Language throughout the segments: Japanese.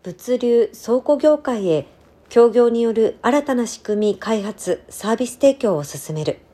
物流・倉庫業界へ協業による新たな仕組み開発・サービス提供を進める。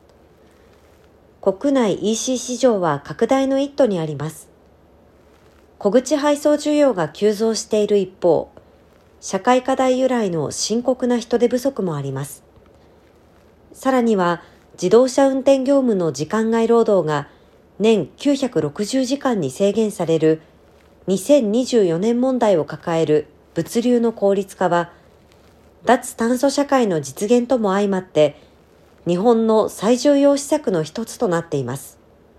国内 EC 市場は拡大の一途にあります。小口配送需要が急増している一方、社会課題由来の深刻な人手不足もあります。さらには、自動車運転業務の時間外労働が年960時間に制限される2024年問題を抱える物流の効率化は、脱炭素社会の実現とも相まって、日本の最重要施策の一つとなっています。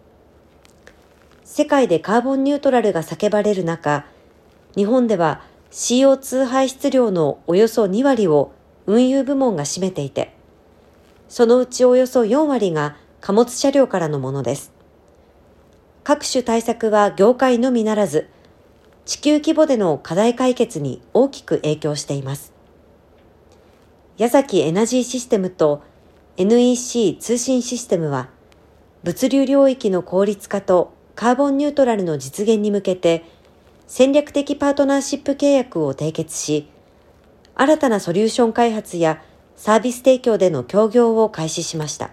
世界でカーボンニュートラルが叫ばれる中、日本では CO2 排出量のおよそ2割を運輸部門が占めていて、そのうちおよそ4割が貨物車両からのものです。各種対策は業界のみならず、地球規模での課題解決に大きく影響しています。矢崎エナジーシステムと NEC 通信システムは、物流領域の効率化とカーボンニュートラルの実現に向けて、戦略的パートナーシップ契約を締結し、新たなソリューション開発やサービス提供での協業を開始しました。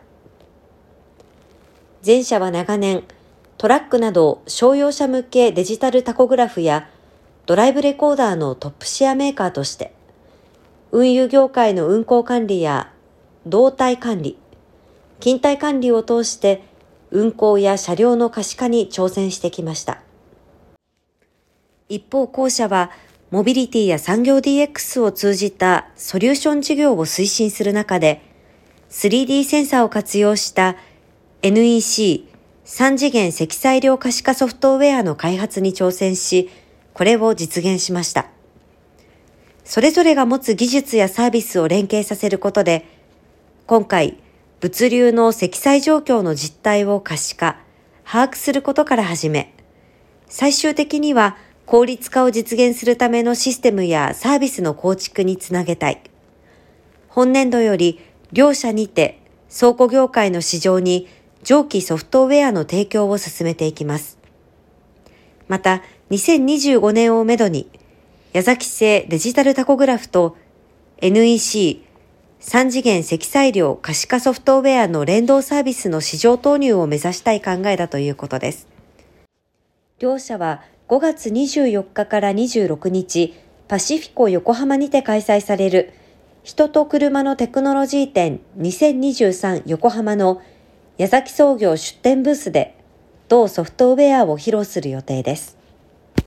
前者は長年、トラックなど商用車向けデジタルタコグラフやドライブレコーダーのトップシェアメーカーとして、運輸業界の運行管理や動態管理、勤怠管理を通して運行や車両の可視化に挑戦してきました。一方、後者はモビリティや産業 DX を通じたソリューション事業を推進する中で、3D センサーを活用した NEC 3次元積載量可視化ソフトウェアの開発に挑戦し、これを実現しました。それぞれが持つ技術やサービスを連携させることで、今回、物流の積載状況の実態を可視化、把握することから始め、最終的には効率化を実現するためのシステムやサービスの構築につなげたい。本年度より両社にて倉庫業界の市場に上記ソフトウェアの提供を進めていきます。また、2025年をめどに、矢崎製デジタルタコグラフと NEC 3次元積載量可視化ソフトウェアの連動サービスの市場投入を目指したい考えだということです。両社は5月24日から26日、パシフィコ横浜にて開催される人と車のテクノロジー展2023横浜の矢崎総業出展ブースで同ソフトウェアを披露する予定です。